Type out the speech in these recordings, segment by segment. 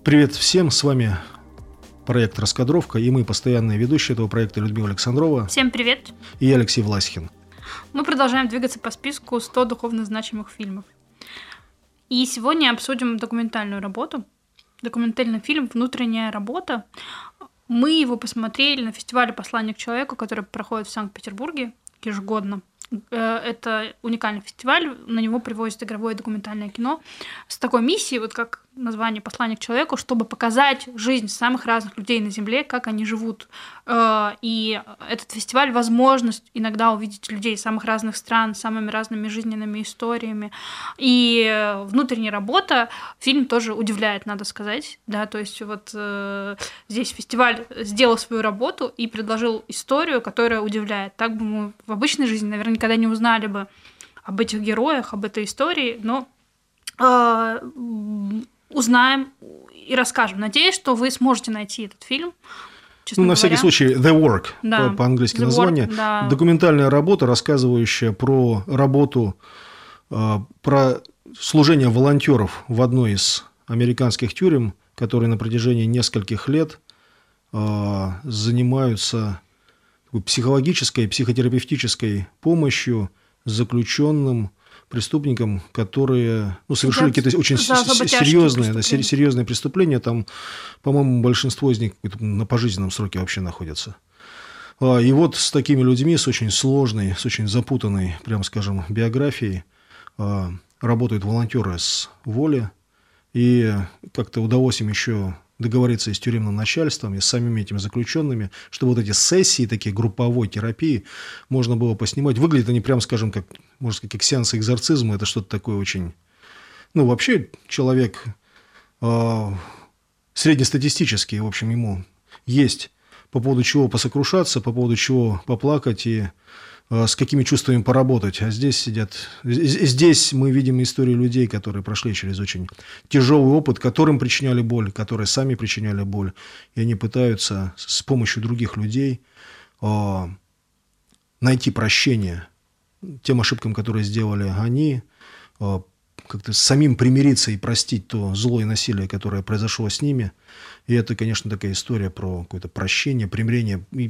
Привет всем, с вами проект «Раскадровка», и мы постоянные ведущие этого проекта Людмила Александрова. Всем привет. И я, Алексей Власихин. Мы продолжаем двигаться по списку 100 духовно значимых фильмов. И сегодня обсудим документальную работу. Документальный фильм «Внутренняя работа». Мы его посмотрели на фестивале «Послание к человеку», который проходит в Санкт-Петербурге ежегодно. Это уникальный фестиваль, на него привозят игровое документальное кино с такой миссией, вот как название «Послание к человеку», чтобы показать жизнь самых разных людей на Земле, как они живут. И этот фестиваль — возможность иногда увидеть людей самых разных стран, с самыми разными жизненными историями. И «Внутренняя работа» фильм тоже удивляет, надо сказать. Да, то есть вот здесь фестиваль сделал свою работу и предложил историю, которая удивляет. Так бы мы в обычной жизни, наверное, никогда не узнали бы об этих героях, об этой истории, но узнаем и расскажем. Надеюсь, что вы сможете найти этот фильм. На всякий случай, The Work, да, по-английски название. Work, да. Документальная работа, рассказывающая про работу, про служение волонтеров в одной из американских тюрем, которые на протяжении нескольких лет занимаются психологической, психотерапевтической помощью заключенным преступникам, которые совершили какие-то очень серьезные преступления. Там, по-моему, большинство из них на пожизненном сроке вообще находятся. И вот с такими людьми, с очень сложной, с очень запутанной, прямо скажем, биографией, работают волонтеры с воли. И как-то удалось им еще договориться и с тюремным начальством, и с самими этими заключенными, чтобы вот эти сессии такие групповой терапии можно было поснимать. Выглядят они, прям скажем, как, можно сказать, как сеансы экзорцизма. Это что-то такое очень... вообще человек среднестатистический, в общем, ему есть по поводу чего посокрушаться, по поводу чего поплакать и с какими чувствами поработать. А здесь мы видим истории людей, которые прошли через очень тяжелый опыт, которым причиняли боль, которые сами причиняли боль. И они пытаются с помощью других людей найти прощение тем ошибкам, которые сделали они, как-то самим примириться и простить то зло и насилие, которое произошло с ними. И это, конечно, такая история про какое-то прощение, примирение. И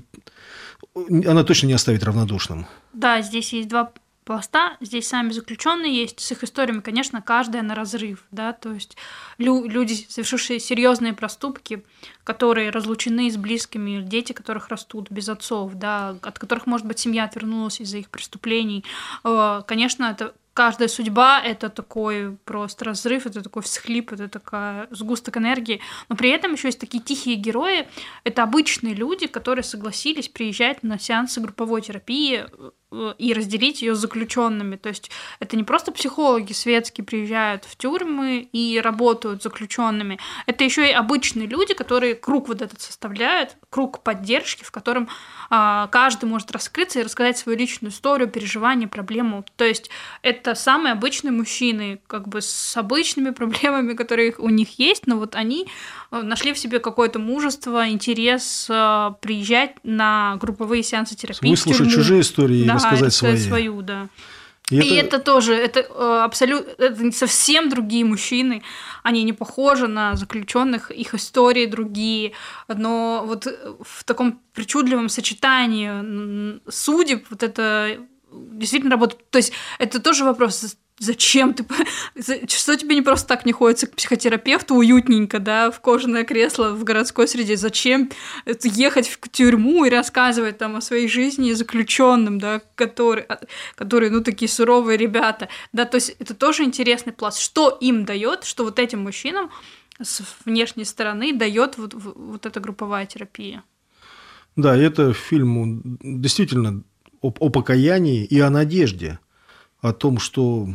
она точно не оставит равнодушным. Да, здесь есть два пласта. Здесь сами заключенные есть. С их историями, конечно, каждая на разрыв. Да? То есть люди, совершившие серьезные проступки, которые разлучены с близкими, дети, которых растут без отцов, да, от которых, может быть, семья отвернулась из-за их преступлений. Конечно, это каждая судьба — это такой просто разрыв, это такой всхлип, это такая сгусток энергии. Но при этом еще есть такие тихие герои. Это обычные люди, которые согласились приезжать на сеансы групповой терапии и разделить ее с заключенными. То есть это не просто психологи светские приезжают в тюрьмы и работают с заключенными. Это еще и обычные люди, которые круг вот этот составляют, круг поддержки, в котором каждый может раскрыться и рассказать свою личную историю, переживания, проблему. То есть это самые обычные мужчины, как бы с обычными проблемами, которые у них есть, но вот они нашли в себе какое-то мужество, интерес приезжать на групповые сеансы терапии. Выслушать чужие истории и рассказать свою, да. И это тоже, это абсолютно, это совсем другие мужчины, они не похожи на заключенных, их истории другие, но вот в таком причудливом сочетании судеб вот это действительно работает. То есть это тоже вопрос, зачем ты... Что тебе не просто так не ходится к психотерапевту уютненько, да, в кожаное кресло в городской среде? Зачем ехать в тюрьму и рассказывать там о своей жизни заключенным, да, которые, такие суровые ребята, да, то есть это тоже интересный пласт. Что им дает, что вот этим мужчинам с внешней стороны дает вот эта групповая терапия? Да, это фильм действительно о покаянии и о надежде, о том, что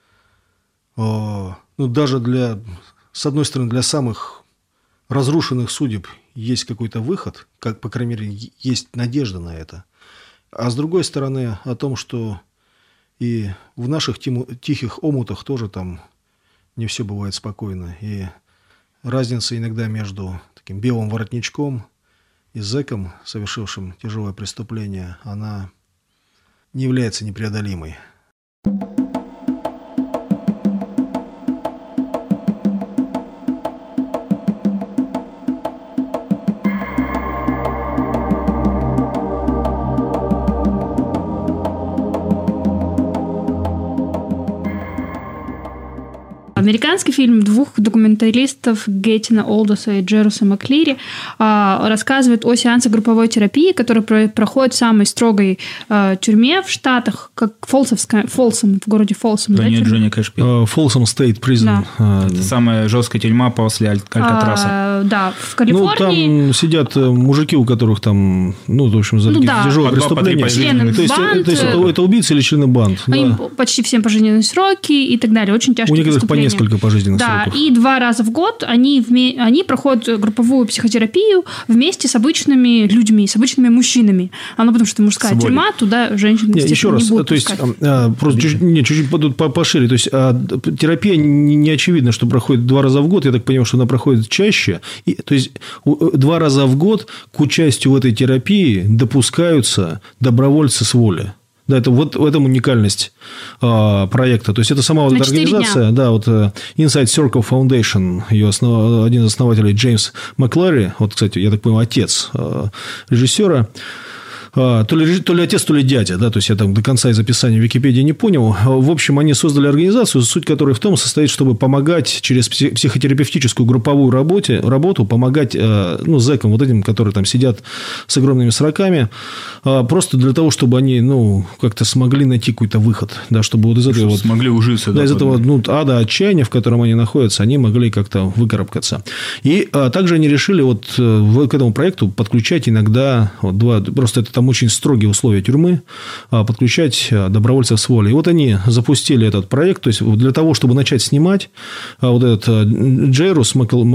даже с одной стороны, для самых разрушенных судеб есть какой-то выход, как, по крайней мере, есть надежда на это. А с другой стороны, о том, что и в наших тихих омутах тоже там не все бывает спокойно. И разница иногда между таким белым воротничком и зэком, совершившим тяжелое преступление, она не является непреодолимой. Американский фильм двух документалистов Геттина Олдоса и Джеруса Маклири рассказывает о сеансах групповой терапии, которые проходят в самой строгой тюрьме в Штатах, как Фолсом, в городе Фолсом. Джонни Кэш пел. Folsom State Prison. Да. Это самая жесткая тюрьма после Алькатраса. Да, в Калифорнии. Ну, там сидят мужики, у которых там, в общем, за такие тяжелые преступления. То есть это убийцы или члены банд. Им почти всем пожизненные сроки и так далее. Очень тяжкие преступления. У некоторых по несколько пожизненных сроков. Да, и 2 раза в год они проходят групповую психотерапию вместе с обычными людьми, с обычными мужчинами. Потому что мужская тюрьма, туда женщин, естественно, не будут пускать. То есть, просто чуть-чуть пошире. То есть, терапия не очевидно, что проходит 2 раза в год. Я так понимаю, что она проходит чаще. То есть, 2 раза в год к участию в этой терапии допускаются добровольцы с воли. Да, это вот в этом уникальность проекта. То есть, это сама вот эта организация, да, вот Inside Circle Foundation, ее один из основателей Джеймс Маклари, вот, кстати, я так понимаю, отец режиссера. То ли отец, то ли дядя, да, то есть я там до конца из описания в Википедии не понял. В общем, они создали организацию, суть которой в том состоит, чтобы помогать через психотерапевтическую групповую работу помогать, зэкам вот этим, которые там сидят с огромными сроками, просто для того, чтобы они, как-то смогли найти какой-то выход, да, чтобы вот из этого смогли ужиться, да, из этого ада отчаяния, в котором они находятся, они могли как-то выкарабкаться. И также они решили вот к этому проекту подключать иногда просто это там очень строгие условия тюрьмы, подключать добровольцев с волей. И вот они запустили этот проект, то есть для того, чтобы начать снимать, вот этот Джейрус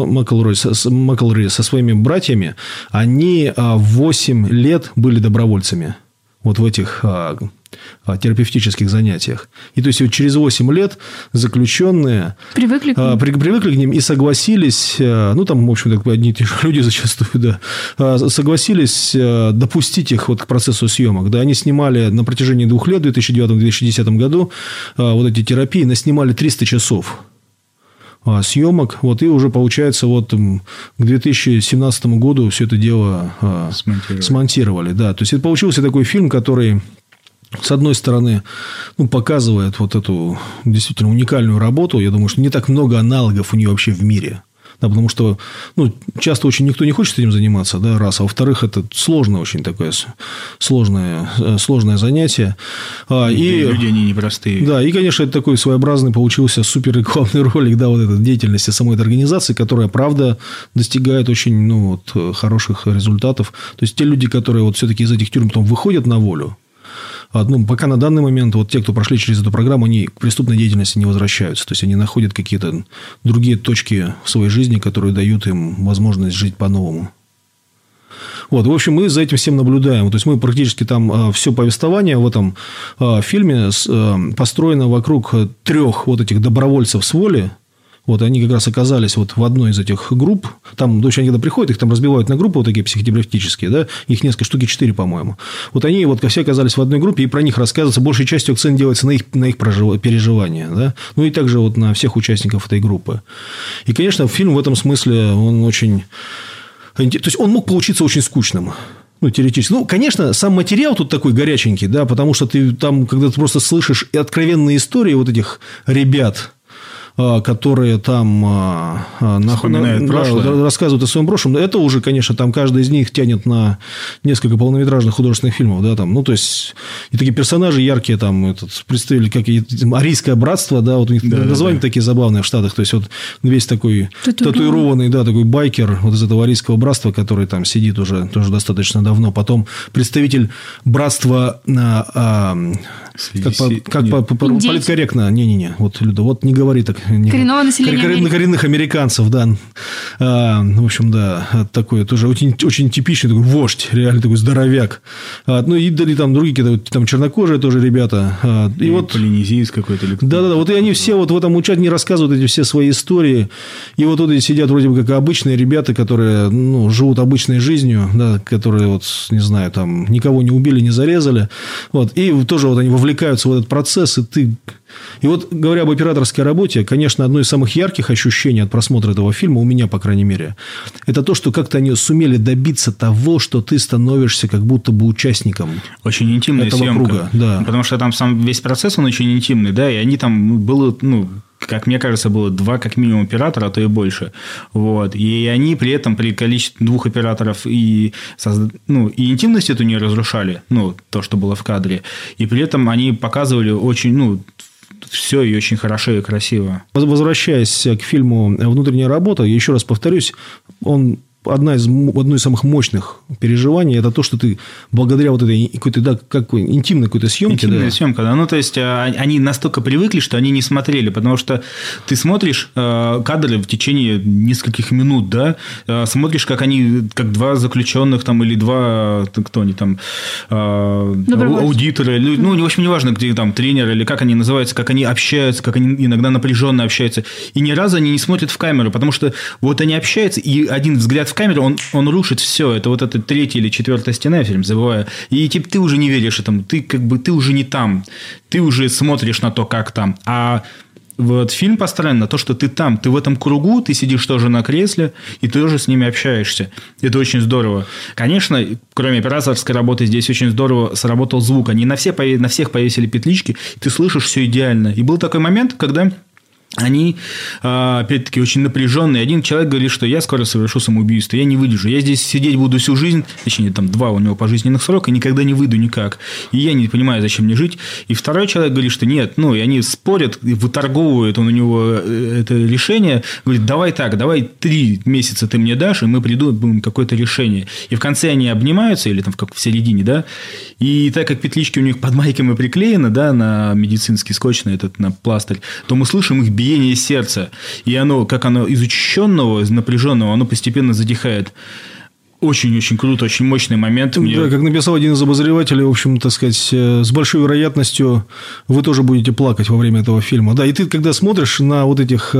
Маклари со своими братьями, они 8 лет были добровольцами вот в этих терапевтических занятиях. И то есть, вот через 8 лет заключенные привыкли к ним и согласились, там, в общем-то, одни и те же люди зачастую, да, согласились допустить их вот к процессу съемок. Да, они снимали на протяжении 2 лет, в 2009-2010 году, вот эти терапии, наснимали 300 часов съемок, вот, и уже, получается, вот к 2017 году все это дело смонтировали. Да. То есть, это получился такой фильм, который, с одной стороны, показывает вот эту действительно уникальную работу. Я думаю, что не так много аналогов у нее вообще в мире. Да, потому что часто очень никто не хочет этим заниматься, да, раз. А во-вторых, это сложное очень такое сложное занятие. И люди, они непростые. Да, и, конечно, это такой своеобразный получился супер рекламный ролик, да, вот этой деятельности самой этой организации, которая, правда, достигает очень хороших результатов. То есть, те люди, которые вот все-таки из этих тюрем потом выходят на волю, пока на данный момент вот те, кто прошли через эту программу, они к преступной деятельности не возвращаются. То есть, они находят какие-то другие точки в своей жизни, которые дают им возможность жить по-новому. Вот, в общем, мы за этим всем наблюдаем. То есть, мы практически там все повествование в этом фильме построено вокруг 3 вот этих добровольцев с воли. Вот, они как раз оказались вот в одной из этих групп. Там, они когда приходят, их там разбивают на группы вот такие психотерапевтические, да, их несколько, штуки 4, по-моему. Вот они вот все оказались в одной группе, и про них рассказывается. Большей частью акцент делается на их переживания, да, и также вот на всех участников этой группы. И, конечно, фильм в этом смысле, он очень... То есть, он мог получиться очень скучным. Теоретически. Конечно, сам материал тут такой горяченький, да, потому что ты там, когда ты просто слышишь откровенные истории вот этих ребят, которые там рассказывают о своем прошлом, это уже, конечно, там каждый из них тянет на несколько полнометражных художественных фильмов, да, там, то есть, и такие персонажи яркие, там, представили, как Арийское братство, да, вот у них названия такие забавные в Штатах, то есть, вот весь такой татуированный, да, такой байкер вот из этого Арийского братства, который там сидит уже тоже достаточно давно, потом представитель братства, как политкорректно, не-не-не, вот, Люда, вот не говори так. Коренного населения коренных американцев, да. В общем, да, такой тоже очень, очень типичный такой вождь, реально такой здоровяк. И дали там другие какие-то там чернокожие тоже ребята. И вот полинезиец какой-то. Да. Вот и они все вот в этом учат, не рассказывают эти все свои истории. И вот эти сидят вроде бы как обычные ребята, которые живут обычной жизнью, да, которые вот, не знаю, там никого не убили, не зарезали. Вот. И тоже вот они вовлекаются в этот процесс, И вот, говоря об операторской работе, конечно, одно из самых ярких ощущений от просмотра этого фильма, у меня, по крайней мере, это то, что как-то они сумели добиться того, что ты становишься как будто бы участником очень интимная этого съемка, круга. Да. Потому что там сам весь процесс, он очень интимный, да, и они там было, как мне кажется, было 2 как минимум оператора, а то и больше. Вот. И они при этом при количестве 2 операторов и интимность эту не разрушали, то, что было в кадре. И при этом они показывали очень, все и очень хорошо и красиво. Возвращаясь к фильму «Внутренняя работа», я еще раз повторюсь, одно из самых мощных переживаний – это то, что ты благодаря вот этой какой-то, интимной какой-то съемке. Интимная съемка, да. То есть, они настолько привыкли, что они не смотрели, потому что ты смотришь кадры в течение нескольких минут, да, смотришь, как 2 заключенных там, или 2, кто они там, аудиторы, в общем, неважно, где там тренер или как они называются, как они общаются, как они иногда напряженно общаются. И ни разу они не смотрят в камеру, потому что вот они общаются, и один взгляд в камеру, он рушит все. Это вот эта 3-я или 4-я стена, я фильм забываю. И ты уже не веришь этому. Ты уже не там. Ты уже смотришь на то, как там. А вот фильм построен на то, что ты там. Ты в этом кругу, ты сидишь тоже на кресле, и ты тоже с ними общаешься. Это очень здорово. Конечно, кроме операторской работы, здесь очень здорово сработал звук. Они на всех повесили петлички, и ты слышишь все идеально. И был такой момент, когда они, опять-таки, очень напряженные. Один человек говорит, что я скоро совершу самоубийство, я не выдержу. Я здесь сидеть буду всю жизнь, точнее, там 2 у него пожизненных срока, и никогда не выйду никак. И я не понимаю, зачем мне жить. И второй человек говорит, что нет. И они спорят, выторговывают у него это решение. Говорит, давай 3 месяца ты мне дашь, и мы придумаем какое-то решение. И в конце они обнимаются, или там в середине, да. И так как петлички у них под майками приклеены, да, на медицинский скотч, на пластырь, то мы слышим их биение сердца. И оно, как оно из учащенного, из напряженного, оно постепенно затихает. Очень-очень круто, очень мощный момент. Да, как написал один из обозревателей, в общем, так сказать, с большой вероятностью вы тоже будете плакать во время этого фильма. Да, и ты, когда смотришь на вот этих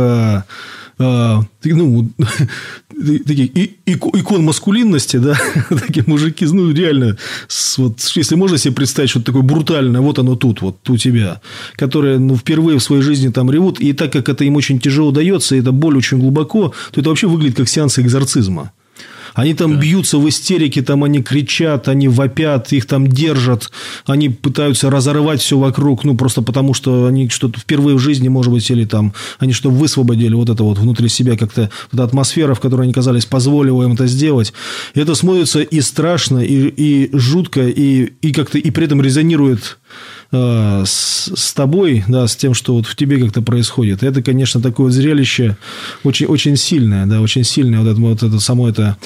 таких икон маскулинности, да, такие мужики, реально, если можно себе представить что-то такое брутальное, вот оно тут, вот у тебя, которые впервые в своей жизни там ревут, и так как это им очень тяжело дается, и эта боль очень глубоко, то это вообще выглядит как сеанс экзорцизма. Они там бьются в истерике, там они кричат, они вопят, их там держат, они пытаются разорвать все вокруг, просто потому, что они что-то впервые в жизни, может быть, или там они что-то высвободили вот это вот внутри себя, как-то эта атмосфера, в которой они казались, позволила им это сделать. И это смотрится и страшно, и жутко, и как-то и при этом резонирует с тобой, да, с тем, что вот в тебе как-то происходит. Это, конечно, такое зрелище очень, очень сильное, да, очень сильное само этот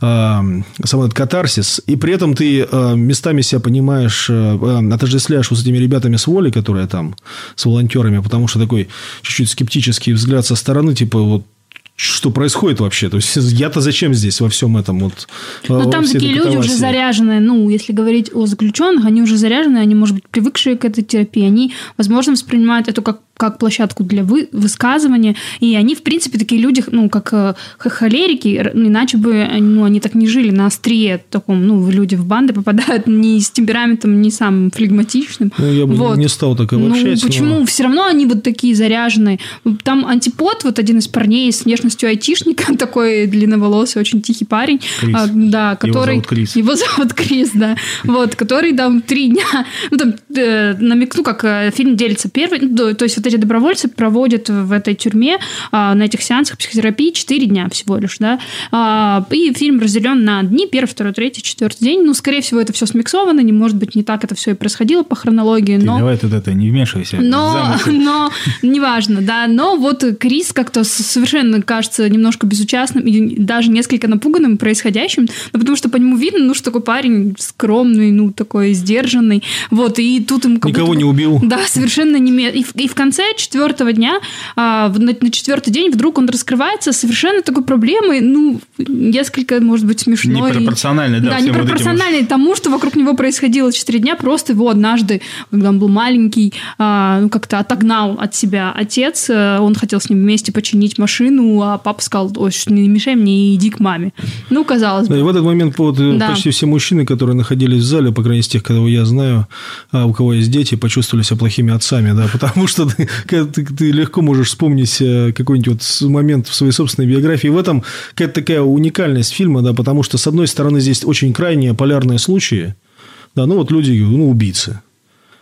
катарсис. И при этом ты местами себя понимаешь, отождествляешь вот с этими ребятами с Воли, которые там, с волонтерами, потому что такой чуть-чуть скептический взгляд со стороны, типа вот, что происходит вообще? То есть, я-то зачем здесь во всем этом? Вот, там такие люди уже заряженные, если говорить о заключенных, они уже заряженные, они, может быть, привыкшие к этой терапии, они, возможно, воспринимают это как площадку для высказывания, и они, в принципе, такие люди, как холерики, иначе бы они так не жили на острие таком, люди в банды попадают не с темпераментом, не самым флегматичным. Я бы не стал так обобщать. Почему? Все равно они вот такие заряженные. Там антипод, вот один из парней с внешностью айтишника, такой длинноволосый, очень тихий парень. Крис. Да, который... Его зовут Крис, да. Вот, который там 3 дня... намекну, как фильм делится первый... То есть, вот эти добровольцы проводят в этой тюрьме на этих сеансах психотерапии 4 дня всего лишь, да. И фильм разделен на дни, 1, 2, 3, 4 день. Скорее всего, это все смиксовано, может быть, не так это все и происходило по хронологии, но... Давай тут не вмешивайся. Но неважно, да. Но вот Крис как-то совершенно кажется немножко безучастным и даже несколько напуганным происходящим, потому что по нему видно, что такой парень скромный, такой сдержанный. Вот, и тут ему никого не убил. Да, совершенно не... И в конце 4-го дня, на 4-й день вдруг он раскрывается совершенно такой проблемой, несколько, может быть, смешной. Непропорциональной, да. Да, непропорциональной тому, что вокруг него происходило 4 дня. Просто его однажды, когда он был маленький, как-то отогнал от себя отец. Он хотел с ним вместе починить машину, а папа сказал: ой, не мешай мне, иди к маме. Казалось бы. Да, и в этот момент почти все мужчины, которые находились в зале, по крайней мере, из тех, кого я знаю, у кого есть дети, почувствовали себя плохими отцами, да, потому что ты легко можешь вспомнить какой-нибудь момент в своей собственной биографии. В этом какая-то такая уникальность фильма, да, потому что, с одной стороны, здесь очень крайние полярные случаи, да, люди, убийцы.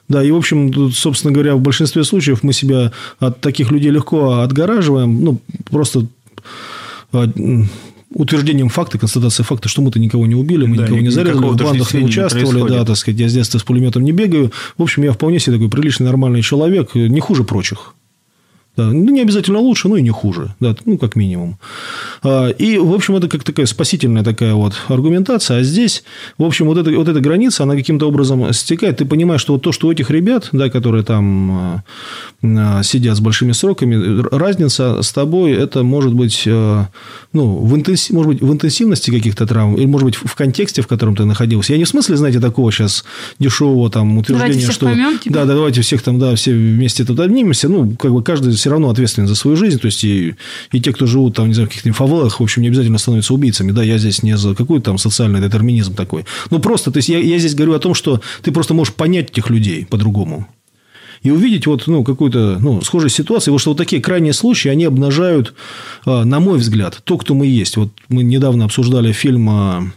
Да, и, в общем, тут, собственно говоря, в большинстве случаев мы себя от таких людей легко отгораживаем, ну, просто утверждением факта, констатацией факта, что мы-то никого не убили, мы никого не зарезали, в бандах не участвовали, да, так сказать, я с детства с пулеметом не бегаю. В общем, я вполне себе такой приличный, нормальный человек, не хуже прочих. Да, ну, не обязательно лучше, но и не хуже, да, ну, как минимум. И, в общем, это как такая спасительная такая вот аргументация. А здесь, в общем, вот эта граница, она каким-то образом стекает. Ты понимаешь, что вот то, что у этих ребят, да, которые там сидят с большими сроками, разница с тобой, это может быть, ну, может быть, в интенсивности каких-то травм, или, может быть, в контексте, в котором ты находился. Я не в смысле, знаете, такого сейчас дешевого там утверждения, что... Поймем, типа. Да, давайте всех там, да, все вместе тут обнимемся. Ну, как бы каждый все равно ответственен за свою жизнь. То есть, и те, кто живут там, не знаю, в каких-то фавелах, в общем, не обязательно становятся убийцами. Да, я здесь не за какой-то там социальный детерминизм такой. Ну, просто, то есть, я здесь говорю о том, что ты просто можешь понять этих людей по-другому. И увидеть вот, ну, какую-то, ну, схожую ситуацию. Вот что вот такие крайние случаи, они обнажают, на мой взгляд, то, кто мы есть. Вот мы недавно обсуждали фильм...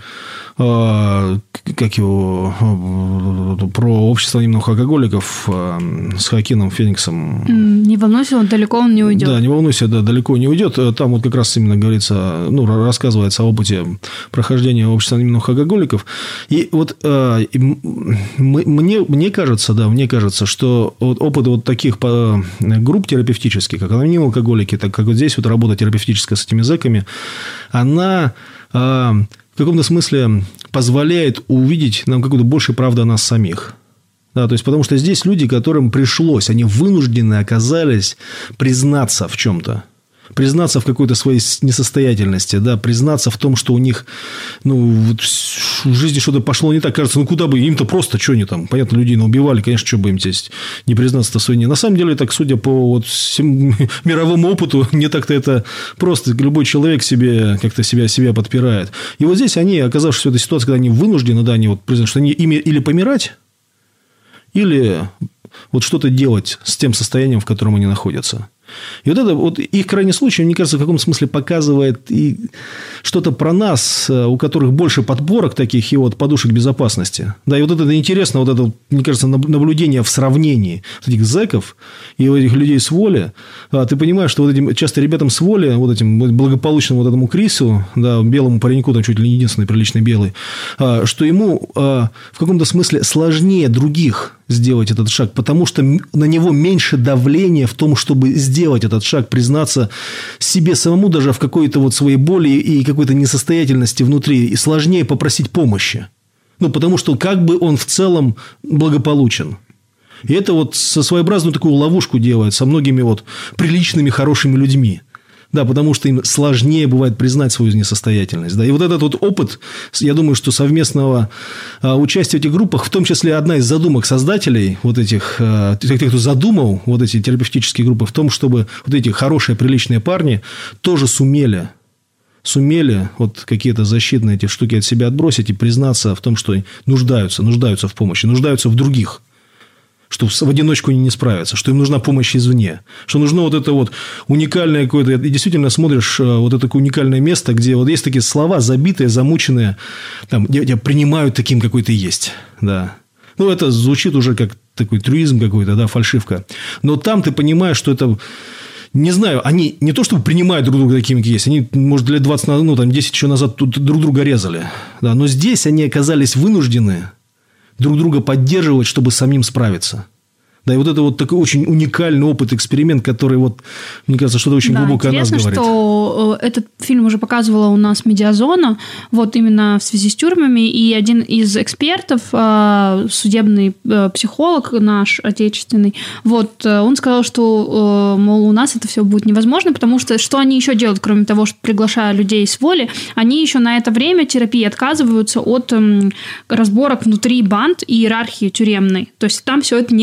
как его, про общество анонимных алкоголиков с Хоакином Фениксом. Не волнуйся, далеко он не уйдет. Да, не волнуйся, да, далеко не уйдет. Там вот как раз именно говорится, ну, рассказывается о опыте прохождения общества анонимных алкоголиков. И вот мне кажется, что вот опыт вот таких групп терапевтических, как анонимные алкоголики, так как вот здесь вот работа терапевтическая с этими зэками, она... в каком-то смысле позволяет увидеть нам какую-то большую правду о нас самих. Да, то есть, потому что здесь люди, которым пришлось, они вынуждены оказались признаться в чем-то. Признаться в какой-то своей несостоятельности, да, признаться в том, что у них, ну, вот в жизни что-то пошло не так. Кажется, ну, куда бы им-то просто, что они там, понятно, людей наубивали, конечно, что бы им здесь не признаться-то в своей не. На самом деле, так, судя по вот мировому опыту, не так-то это просто. Любой человек себе как-то себя подпирает. И вот здесь они, оказавшись в этой ситуации, когда они вынуждены, да, они вот признают, что они ими или помирать, или вот что-то делать с тем состоянием, в котором они находятся. И вот это вот их крайний случай, мне кажется, в каком-то смысле показывает и что-то про нас, у которых больше подпорок таких и вот подушек безопасности. Да, и вот это интересно, вот это, мне кажется, наблюдение в сравнении этих зэков и этих людей с воли. Ты понимаешь, что вот этим часто ребятам с воли, вот этим благополучному вот этому Крису, да, белому пареньку, там чуть ли не единственный приличный белый, что ему в каком-то смысле сложнее других сделать этот шаг, потому что на него меньше давления в том, чтобы сделать этот шаг, признаться себе самому даже в какой-то вот своей боли и какой-то несостоятельности внутри, и сложнее попросить помощи. Ну, потому что как бы он в целом благополучен. И это вот со своеобразную такую ловушку делает со многими вот приличными, хорошими людьми. Да, потому что им сложнее бывает признать свою несостоятельность. Да. И вот этот вот опыт, я думаю, что совместного участия в этих группах, в том числе одна из задумок создателей вот этих, тех, кто задумал вот эти терапевтические группы, в том, чтобы вот эти хорошие, приличные парни тоже сумели вот какие-то защитные эти штуки от себя отбросить и признаться в том, что нуждаются в помощи, нуждаются в других. Что в одиночку они не справятся, что им нужна помощь извне, что нужно вот это вот уникальное какое-то... И действительно смотришь вот это такое уникальное место, где вот есть такие слова забитые, замученные, там, где тебя принимают таким, какой ты есть. Да. Ну, это звучит уже как такой трюизм какой-то, да, фальшивка. Но там ты понимаешь, что это... Не знаю, они не то, чтобы принимают друг друга такими, какие есть. Они, может, лет 20, ну, там, 10 еще назад тут друг друга резали. Да. Но здесь они оказались вынуждены друг друга поддерживать, чтобы самим справиться. Да, и вот это вот такой очень уникальный опыт, эксперимент, который, вот, мне кажется, что-то очень глубокое о нас говорит. Интересно, что этот фильм уже показывала у нас Медиазона, вот именно в связи с тюрьмами, и один из экспертов, судебный психолог наш, отечественный, вот, он сказал, что, мол, у нас это все будет невозможно, потому что они еще делают, кроме того, что приглашая людей с воли, они еще на это время терапии отказываются от разборок внутри банд и иерархии тюремной, то есть там все это не работает.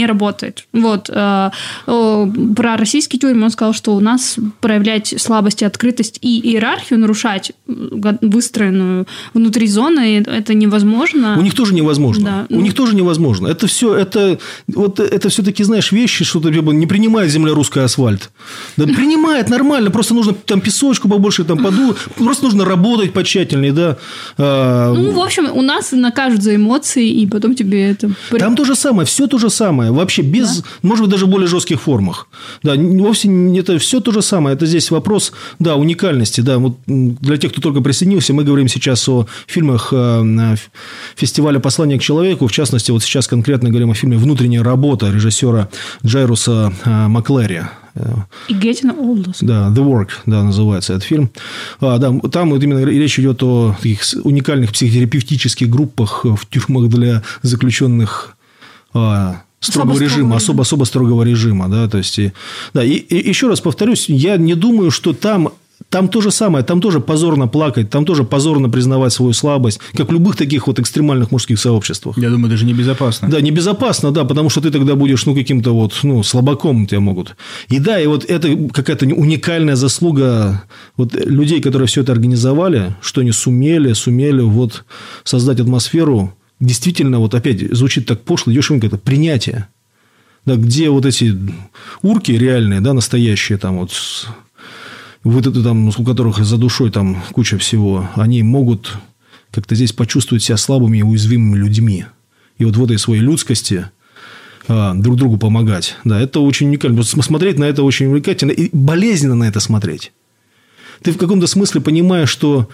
работает. Вот. Про российские тюрьмы он сказал, что у нас проявлять слабость и открытость и иерархию нарушать, выстроенную внутри зоны, это невозможно. У них тоже невозможно. Да. У них тоже невозможно. Это все, это все-таки, знаешь, вещи, что не принимает земля русская асфальт. Да, принимает нормально, просто нужно там песочку побольше, там поду, просто нужно работать потщательнее, да. В общем, у нас накажут за эмоции, и потом тебе это... Там то же самое, все то же самое, вообще без, может быть, даже более жестких формах. Да, вовсе это все то же самое. Это здесь вопрос, да, уникальности, да. Вот для тех, кто только присоединился, мы говорим сейчас о фильмах фестиваля «Послание к человеку». В частности, вот сейчас конкретно говорим о фильме «Внутренняя работа» режиссера Джайруса Маклэри. И Getting Older. Да, The Work, да, называется этот фильм. Да, там вот именно речь идет о таких уникальных психотерапевтических группах в тюрьмах для заключенных строгого режима, особо строгого режима, да, то есть, да, и еще раз повторюсь, я не думаю, что там то же самое, там тоже позорно плакать, там тоже позорно признавать свою слабость, как в любых таких вот экстремальных мужских сообществах. Я думаю, даже небезопасно. Да, небезопасно, да, потому что ты тогда будешь, каким-то вот, слабаком тебя могут. И да, и вот это какая-то уникальная заслуга вот людей, которые все это организовали, что они сумели вот создать атмосферу, действительно, вот опять звучит так пошло, дешевенько, это принятие. Да, где вот эти урки реальные, да, настоящие, там вот... Вот это там, у которых за душой там куча всего, они могут как-то здесь почувствовать себя слабыми и уязвимыми людьми. И вот в этой своей людскости друг другу помогать. Да, это очень уникально. Смотреть на это очень увлекательно и болезненно на это смотреть. Ты в каком-то смысле понимаешь, что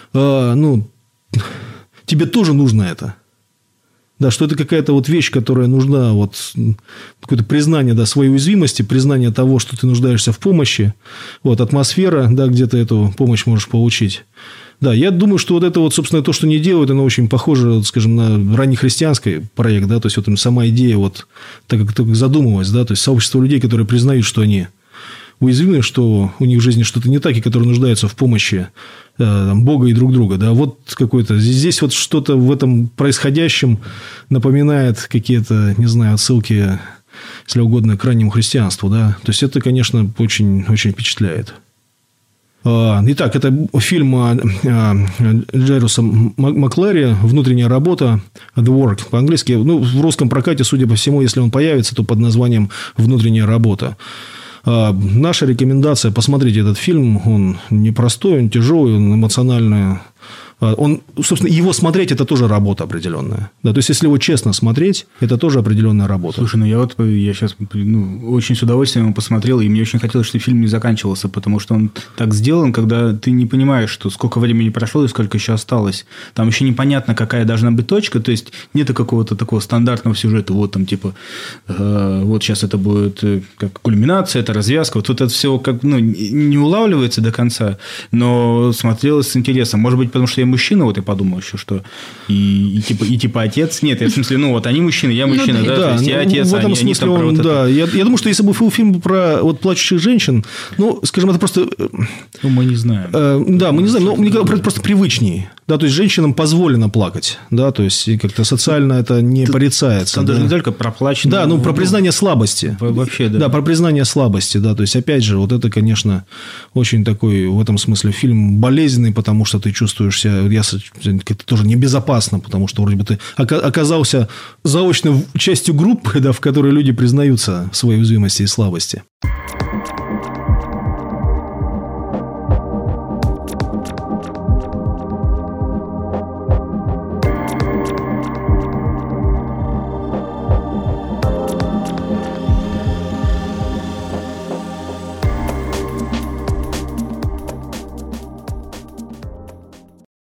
тебе тоже нужно это. Да, что это какая-то вот вещь, которая нужна, вот какое-то признание, да, своей уязвимости, признание того, что ты нуждаешься в помощи, вот атмосфера, да, где ты эту помощь можешь получить. Да, я думаю, что вот это вот, собственно, то, что они делают, оно очень похоже, скажем, на раннехристианский проект, да, то есть вот сама идея вот так как задумывалась, да, то есть сообщество людей, которые признают, что они уязвимы, что у них в жизни что-то не так, и которые нуждаются в помощи Бога и друг друга. Да? Вот какой-то... Здесь вот что-то в этом происходящем напоминает какие-то, не знаю, отсылки, если угодно, к раннему христианству. Да? То есть, это, конечно, очень, очень впечатляет. Итак, это фильм Джайруса Маклэри «Внутренняя работа», «The Work» по-английски. В русском прокате, судя по всему, если он появится, то под названием «Внутренняя работа». Наша рекомендация – посмотрите этот фильм. Он непростой, он тяжелый, он эмоциональный. Собственно, его смотреть – это тоже работа определенная. Да, то есть, если его честно смотреть, это тоже определенная работа. Слушай, я сейчас очень с удовольствием его посмотрел, и мне очень хотелось, чтобы фильм не заканчивался, потому что он так сделан, когда ты не понимаешь, что сколько времени прошло и сколько еще осталось. Там еще непонятно, какая должна быть точка, то есть, нет какого-то такого стандартного сюжета. Вот там, типа, вот сейчас это будет как кульминация, это развязка. Вот это все как, не улавливается до конца, но смотрелось с интересом. Может быть, потому что я мужчина, вот я подумал еще, что и типа отец. Нет, я в смысле, вот они мужчины, я мужчина, да, то есть я отец, в этом смысле они там да. Я думаю, что если бы был фильм про вот плачущих женщин, скажем, это просто... мы не знаем. Да, мы не знаем, но мне кажется, просто привычнее. Да, то есть, женщинам позволено плакать, да, то есть, как-то социально это не порицается. Там даже не только про плач. Да, про признание слабости. Вообще, да. Да, про признание слабости, да, то есть, опять же, вот это, конечно, очень такой, в этом смысле, фильм болезненный, потому что ты чувствуешь себя, это тоже небезопасно, потому что вроде бы ты оказался заочно частью группы, да, в которой люди признаются в своей уязвимости и слабости.